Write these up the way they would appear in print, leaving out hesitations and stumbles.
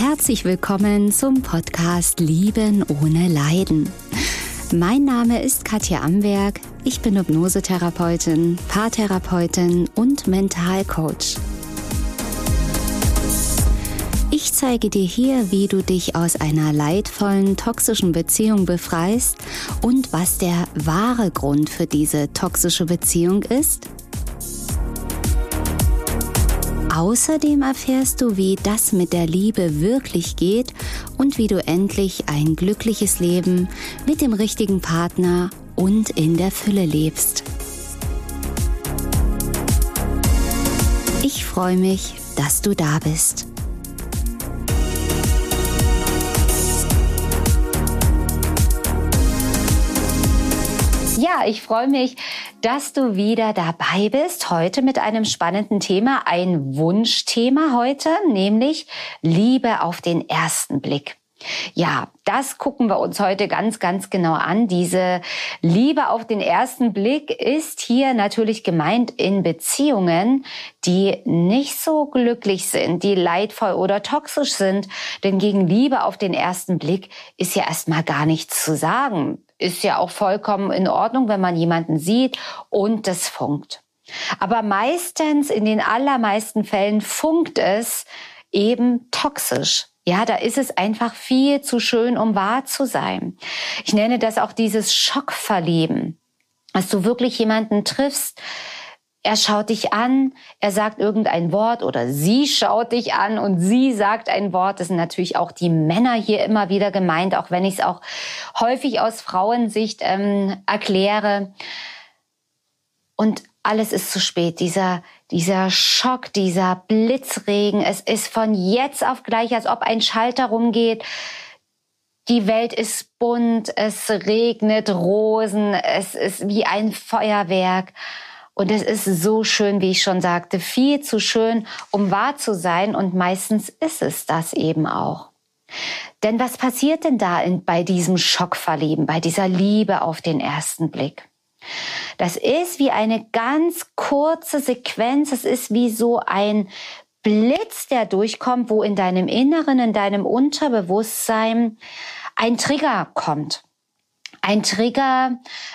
Herzlich willkommen zum Podcast Lieben ohne Leiden. Mein Name ist Katja Amberg, ich bin Hypnosetherapeutin, Paartherapeutin und Mentalcoach. Ich zeige dir hier, wie du dich aus einer leidvollen, toxischen Beziehung befreist und was der wahre Grund für diese toxische Beziehung ist. Außerdem erfährst du, wie das mit der Liebe wirklich geht und wie du endlich ein glückliches Leben mit dem richtigen Partner und in der Fülle lebst. Ich freue mich, dass du da bist. Ja, ich freue mich, dass du wieder dabei bist, heute mit einem spannenden Thema, ein Wunschthema heute, nämlich Liebe auf den ersten Blick. Ja, das gucken wir uns heute ganz genau an. Diese Liebe auf den ersten Blick ist hier natürlich gemeint in Beziehungen, die nicht so glücklich sind, die leidvoll oder toxisch sind. Denn gegen Liebe auf den ersten Blick ist ja erstmal gar nichts zu sagen. Ist ja auch vollkommen in Ordnung, wenn man jemanden sieht und das funkt. Aber meistens, in den allermeisten Fällen funkt es eben toxisch. Ja, da ist es einfach viel zu schön, um wahr zu sein. Ich nenne das auch dieses Schockverlieben. Dass du wirklich jemanden triffst, er schaut dich an, er sagt irgendein Wort oder sie schaut dich an und sie sagt ein Wort. Das sind natürlich auch die Männer hier immer wieder gemeint, auch wenn ich es auch häufig aus Frauensicht erkläre. Und alles ist zu spät. Dieser Schock, dieser Blitzregen, es ist von jetzt auf gleich, als ob ein Schalter rumgeht. Die Welt ist bunt, es regnet Rosen, es ist wie ein Feuerwerk. Und es ist so schön, wie ich schon sagte, viel zu schön, um wahr zu sein. Und meistens ist es das eben auch. Denn was passiert denn da bei diesem Schockverlieben, bei dieser Liebe auf den ersten Blick? Das ist wie eine ganz kurze Sequenz. Es ist wie so ein Blitz, der durchkommt, wo in deinem Inneren, in deinem Unterbewusstsein ein Trigger kommt. Ein Trigger,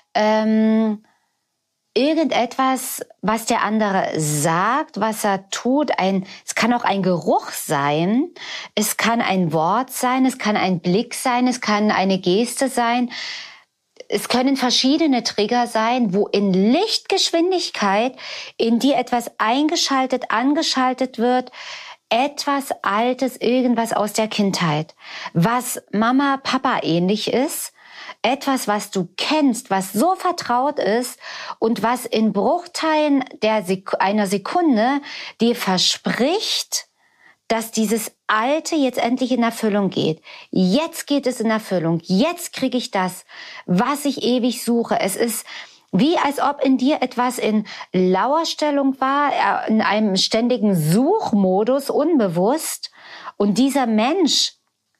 irgendetwas, was der andere sagt, was er tut. Es kann auch ein Geruch sein, es kann ein Wort sein, es kann ein Blick sein, es kann eine Geste sein. Es können verschiedene Trigger sein, wo in Lichtgeschwindigkeit in dir etwas angeschaltet wird, etwas Altes, irgendwas aus der Kindheit, was Mama, Papa ähnlich ist. Etwas, was du kennst, was so vertraut ist und was in Bruchteilen einer Sekunde dir verspricht, dass dieses Alte jetzt endlich in Erfüllung geht. Jetzt geht es in Erfüllung. Jetzt kriege ich das, was ich ewig suche. Es ist wie als ob in dir etwas in Lauerstellung war, in einem ständigen Suchmodus, unbewusst. Und dieser Mensch,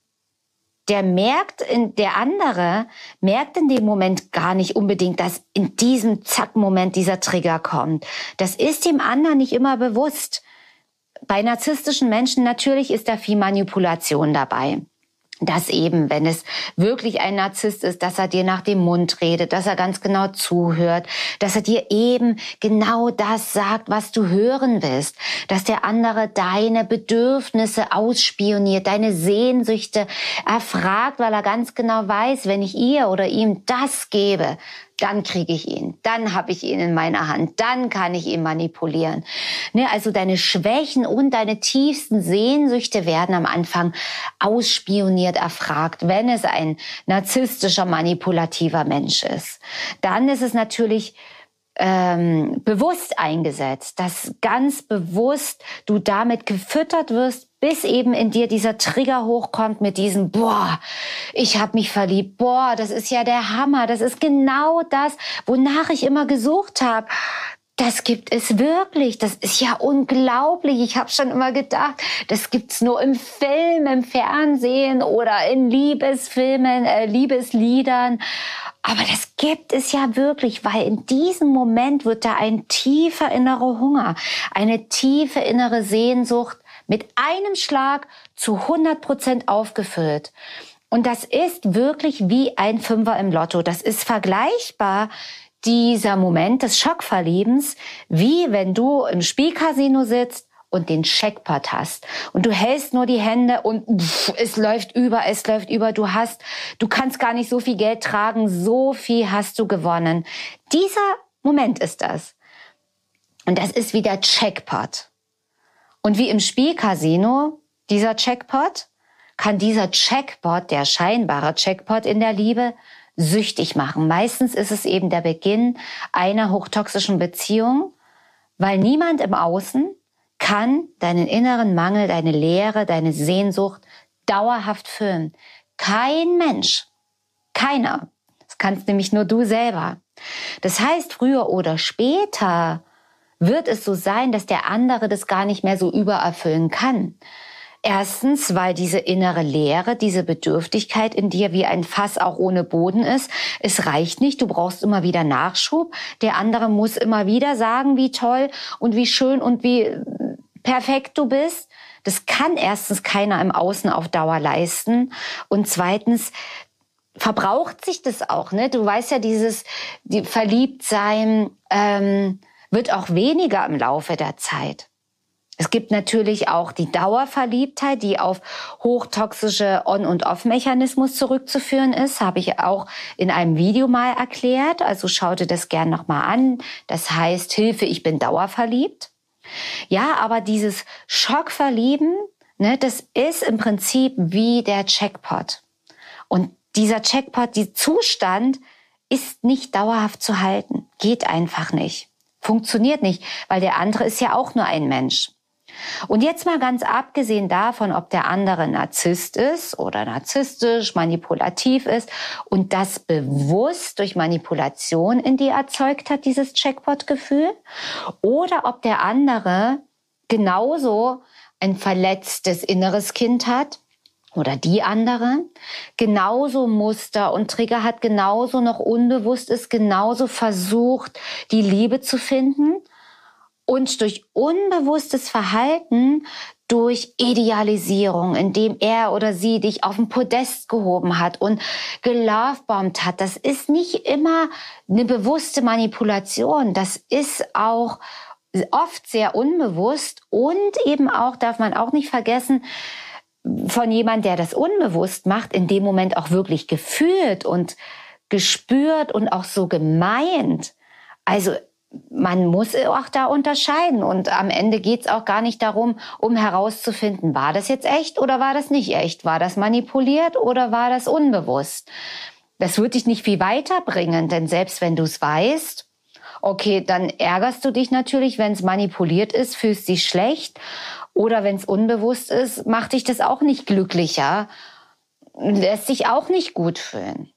der andere merkt in dem Moment gar nicht unbedingt, dass in diesem Zack-Moment dieser Trigger kommt. Das ist dem anderen nicht immer bewusst. Bei narzisstischen Menschen natürlich ist da viel Manipulation dabei. Dass eben, wenn es wirklich ein Narzisst ist, dass er dir nach dem Mund redet, dass er ganz genau zuhört, dass er dir eben genau das sagt, was du hören willst, dass der andere deine Bedürfnisse ausspioniert, deine Sehnsüchte erfragt, weil er ganz genau weiß, wenn ich ihr oder ihm das gebe, dann kriege ich ihn, dann habe ich ihn in meiner Hand, dann kann ich ihn manipulieren. Also deine Schwächen und deine tiefsten Sehnsüchte werden am Anfang ausspioniert, erfragt, wenn es ein narzisstischer, manipulativer Mensch ist. Dann ist es natürlich bewusst eingesetzt, dass ganz bewusst du damit gefüttert wirst, bis eben in dir dieser Trigger hochkommt mit diesem, boah, ich habe mich verliebt, boah, das ist ja der Hammer, das ist genau das, wonach ich immer gesucht habe. Das gibt es wirklich, das ist ja unglaublich. Ich habe schon immer gedacht, das gibt's nur im Film, im Fernsehen oder in Liebesfilmen, Liebesliedern. Aber das gibt es ja wirklich, weil in diesem Moment wird da ein tiefer innerer Hunger, eine tiefe innere Sehnsucht mit einem Schlag zu 100% aufgefüllt. Und das ist wirklich wie ein Fünfer im Lotto. Das ist vergleichbar, dieser Moment des Schockverliebens, wie wenn du im Spielcasino sitzt und den Jackpot hast. Und du hältst nur die Hände und es läuft über. Du kannst gar nicht so viel Geld tragen, so viel hast du gewonnen. Dieser Moment ist das. Und das ist wie der Jackpot. Und wie im Spielcasino, dieser Jackpot, kann dieser Jackpot, der scheinbare Jackpot in der Liebe, süchtig machen. Meistens ist es eben der Beginn einer hochtoxischen Beziehung, weil niemand im Außen kann deinen inneren Mangel, deine Leere, deine Sehnsucht dauerhaft füllen. Kein Mensch. Keiner. Das kannst nämlich nur du selber. Das heißt, früher oder später wird es so sein, dass der andere das gar nicht mehr so übererfüllen kann. Erstens, weil diese innere Leere, diese Bedürftigkeit in dir wie ein Fass auch ohne Boden ist. Es reicht nicht, du brauchst immer wieder Nachschub. Der andere muss immer wieder sagen, wie toll und wie schön und wie perfekt du bist. Das kann erstens keiner im Außen auf Dauer leisten. Und zweitens verbraucht sich das auch, ne? Du weißt ja, die Verliebtsein wird auch weniger im Laufe der Zeit. Es gibt natürlich auch die Dauerverliebtheit, die auf hochtoxische On- und Off-Mechanismus zurückzuführen ist. Habe ich auch in einem Video mal erklärt. Also schau dir das gern nochmal an. Das heißt, Hilfe, ich bin dauerverliebt. Ja, aber dieses Schockverlieben, ne, das ist im Prinzip wie der Jackpot. Und dieser Jackpot, dieser Zustand ist nicht dauerhaft zu halten. Geht einfach nicht. Funktioniert nicht, weil der andere ist ja auch nur ein Mensch. Und jetzt mal ganz abgesehen davon, ob der andere Narzisst ist oder narzisstisch, manipulativ ist und das bewusst durch Manipulation in dir erzeugt hat, dieses Jackpot-Gefühl, oder ob der andere genauso ein verletztes inneres Kind hat oder die andere, genauso Muster und Trigger hat, genauso noch unbewusst ist, genauso versucht, die Liebe zu finden. Und durch unbewusstes Verhalten, durch Idealisierung, indem er oder sie dich auf den Podest gehoben hat und gelovebombt hat. Das ist nicht immer eine bewusste Manipulation. Das ist auch oft sehr unbewusst und eben auch, darf man auch nicht vergessen, von jemand, der das unbewusst macht, in dem Moment auch wirklich gefühlt und gespürt und auch so gemeint. Also man muss auch da unterscheiden und am Ende geht's auch gar nicht darum, um herauszufinden, war das jetzt echt oder war das nicht echt? War das manipuliert oder war das unbewusst? Das wird dich nicht viel weiterbringen, denn selbst wenn du es weißt, okay, dann ärgerst du dich natürlich, wenn es manipuliert ist, fühlst dich schlecht oder wenn es unbewusst ist, macht dich das auch nicht glücklicher, lässt dich auch nicht gut fühlen.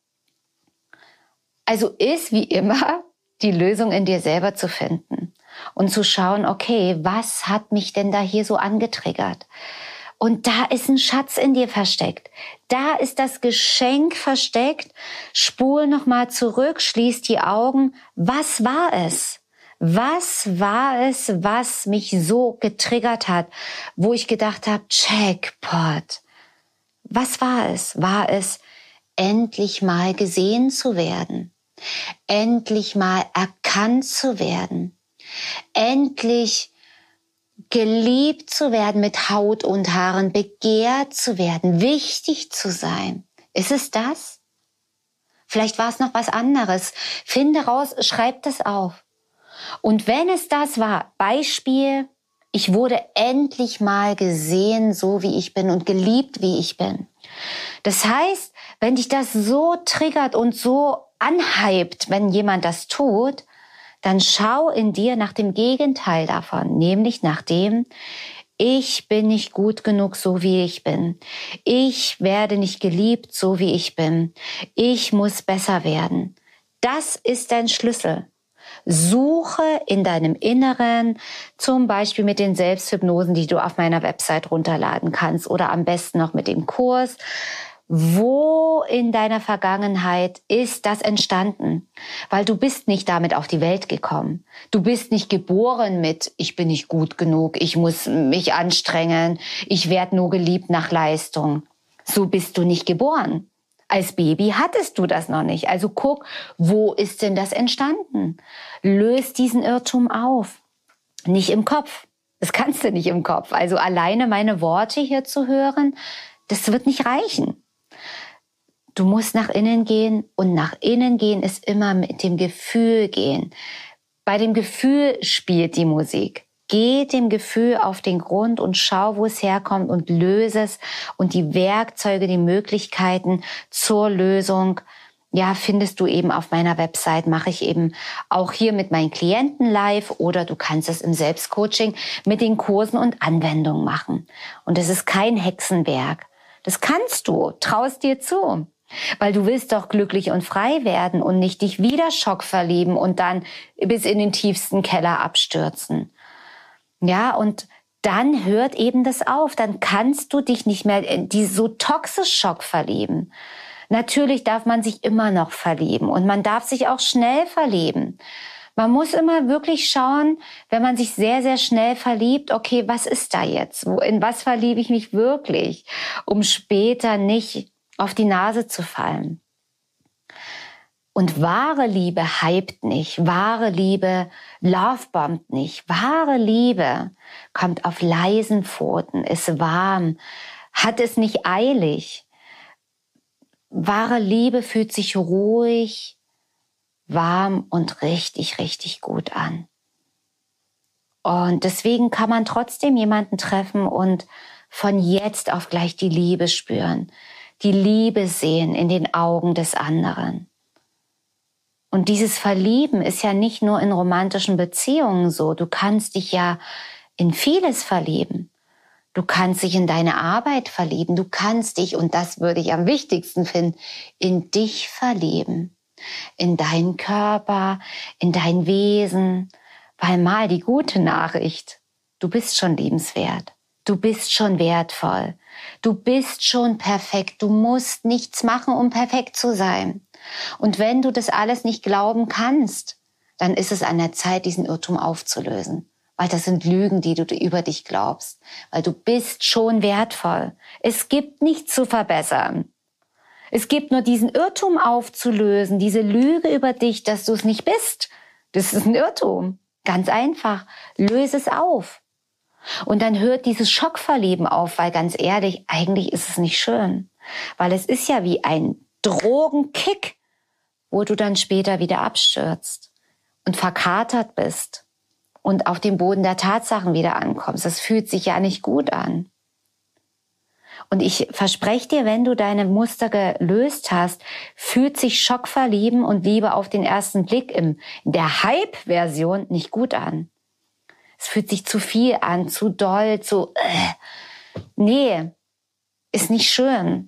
Also ist wie immer die Lösung in dir selber zu finden und zu schauen, okay, was hat mich denn da hier so angetriggert? Und da ist ein Schatz in dir versteckt. Da ist das Geschenk versteckt. Spul nochmal zurück, schließ die Augen. Was war es? Was war es, was mich so getriggert hat, wo ich gedacht habe, Jackpot? Was war es? War es, endlich mal gesehen zu werden? Endlich mal erkannt zu werden, endlich geliebt zu werden mit Haut und Haaren, begehrt zu werden, wichtig zu sein. Ist es das? Vielleicht war es noch was anderes. Finde raus, schreib das auf. Und wenn es das war, Beispiel, ich wurde endlich mal gesehen, so wie ich bin und geliebt, wie ich bin. Das heißt, wenn dich das so triggert und so anhypt, wenn jemand das tut, dann schau in dir nach dem Gegenteil davon, nämlich nach dem, ich bin nicht gut genug, so wie ich bin. Ich werde nicht geliebt, so wie ich bin. Ich muss besser werden. Das ist dein Schlüssel. Suche in deinem Inneren, zum Beispiel mit den Selbsthypnosen, die du auf meiner Website runterladen kannst oder am besten noch mit dem Kurs. Wo in deiner Vergangenheit ist das entstanden? Weil du bist nicht damit auf die Welt gekommen. Du bist nicht geboren mit, ich bin nicht gut genug, ich muss mich anstrengen, ich werde nur geliebt nach Leistung. So bist du nicht geboren. Als Baby hattest du das noch nicht. Also guck, wo ist denn das entstanden? Löst diesen Irrtum auf. Nicht im Kopf. Das kannst du nicht im Kopf. Also alleine meine Worte hier zu hören, das wird nicht reichen. Du musst nach innen gehen und nach innen gehen ist immer mit dem Gefühl gehen. Bei dem Gefühl spielt die Musik. Geh dem Gefühl auf den Grund und schau, wo es herkommt und löse es. Und die Werkzeuge, die Möglichkeiten zur Lösung, ja, findest du eben auf meiner Website. Mache ich eben auch hier mit meinen Klienten live oder du kannst es im Selbstcoaching mit den Kursen und Anwendungen machen. Und es ist kein Hexenwerk. Das kannst du, traust dir zu. Weil du willst doch glücklich und frei werden und nicht dich wieder schockverlieben und dann bis in den tiefsten Keller abstürzen. Ja, und dann hört eben das auf. Dann kannst du dich nicht mehr in die so toxisch Schock verlieben. Natürlich darf man sich immer noch verlieben und man darf sich auch schnell verlieben. Man muss immer wirklich schauen, wenn man sich sehr, sehr schnell verliebt, okay, was ist da jetzt? In was verliebe ich mich wirklich? Um später nicht auf die Nase zu fallen. Und wahre Liebe hypt nicht, wahre Liebe lovebombt nicht, wahre Liebe kommt auf leisen Pfoten, ist warm, hat es nicht eilig. Wahre Liebe fühlt sich ruhig, warm und richtig, richtig gut an. Und deswegen kann man trotzdem jemanden treffen und von jetzt auf gleich die Liebe spüren. Die Liebe sehen in den Augen des anderen. Und dieses Verlieben ist ja nicht nur in romantischen Beziehungen so. Du kannst dich ja in vieles verlieben. Du kannst dich in deine Arbeit verlieben. Du kannst dich, und das würde ich am wichtigsten finden, in dich verlieben. In deinen Körper, in dein Wesen. Weil mal die gute Nachricht, du bist schon liebenswert. Du bist schon wertvoll. Du bist schon perfekt. Du musst nichts machen, um perfekt zu sein. Und wenn du das alles nicht glauben kannst, dann ist es an der Zeit, diesen Irrtum aufzulösen. Weil das sind Lügen, die du über dich glaubst. Weil du bist schon wertvoll. Es gibt nichts zu verbessern. Es gibt nur diesen Irrtum aufzulösen, diese Lüge über dich, dass du es nicht bist. Das ist ein Irrtum. Ganz einfach. Löse es auf. Und dann hört dieses Schockverlieben auf, weil ganz ehrlich, eigentlich ist es nicht schön. Weil es ist ja wie ein Drogenkick, wo du dann später wieder abstürzt und verkatert bist und auf dem Boden der Tatsachen wieder ankommst. Das fühlt sich ja nicht gut an. Und ich verspreche dir, wenn du deine Muster gelöst hast, fühlt sich Schockverlieben und Liebe auf den ersten Blick in der Hype-Version nicht gut an. Es fühlt sich zu viel an, zu doll, nee, ist nicht schön.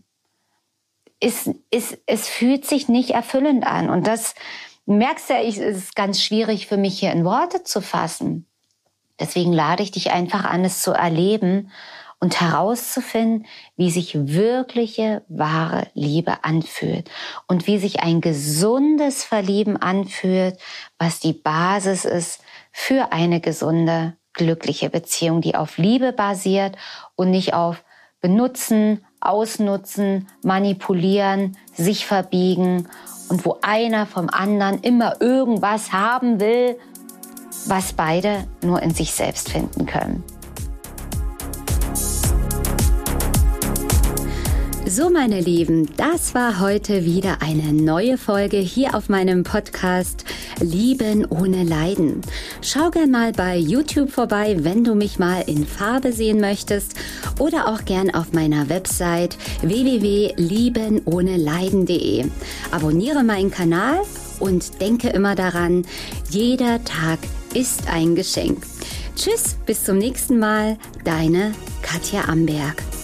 Es fühlt sich nicht erfüllend an. Und das merkst du ja, es ist ganz schwierig für mich hier in Worte zu fassen. Deswegen lade ich dich einfach an, es zu erleben und herauszufinden, wie sich wirkliche, wahre Liebe anfühlt und wie sich ein gesundes Verlieben anfühlt, was die Basis ist für eine gesunde, glückliche Beziehung, die auf Liebe basiert und nicht auf Benutzen, Ausnutzen, Manipulieren, sich verbiegen und wo einer vom anderen immer irgendwas haben will, was beide nur in sich selbst finden können. So, meine Lieben, das war heute wieder eine neue Folge hier auf meinem Podcast Lieben ohne Leiden. Schau gern mal bei YouTube vorbei, wenn du mich mal in Farbe sehen möchtest oder auch gern auf meiner Website www.liebenohneleiden.de. Abonniere meinen Kanal und denke immer daran, jeder Tag ist ein Geschenk. Tschüss, bis zum nächsten Mal, deine Katja Amberg.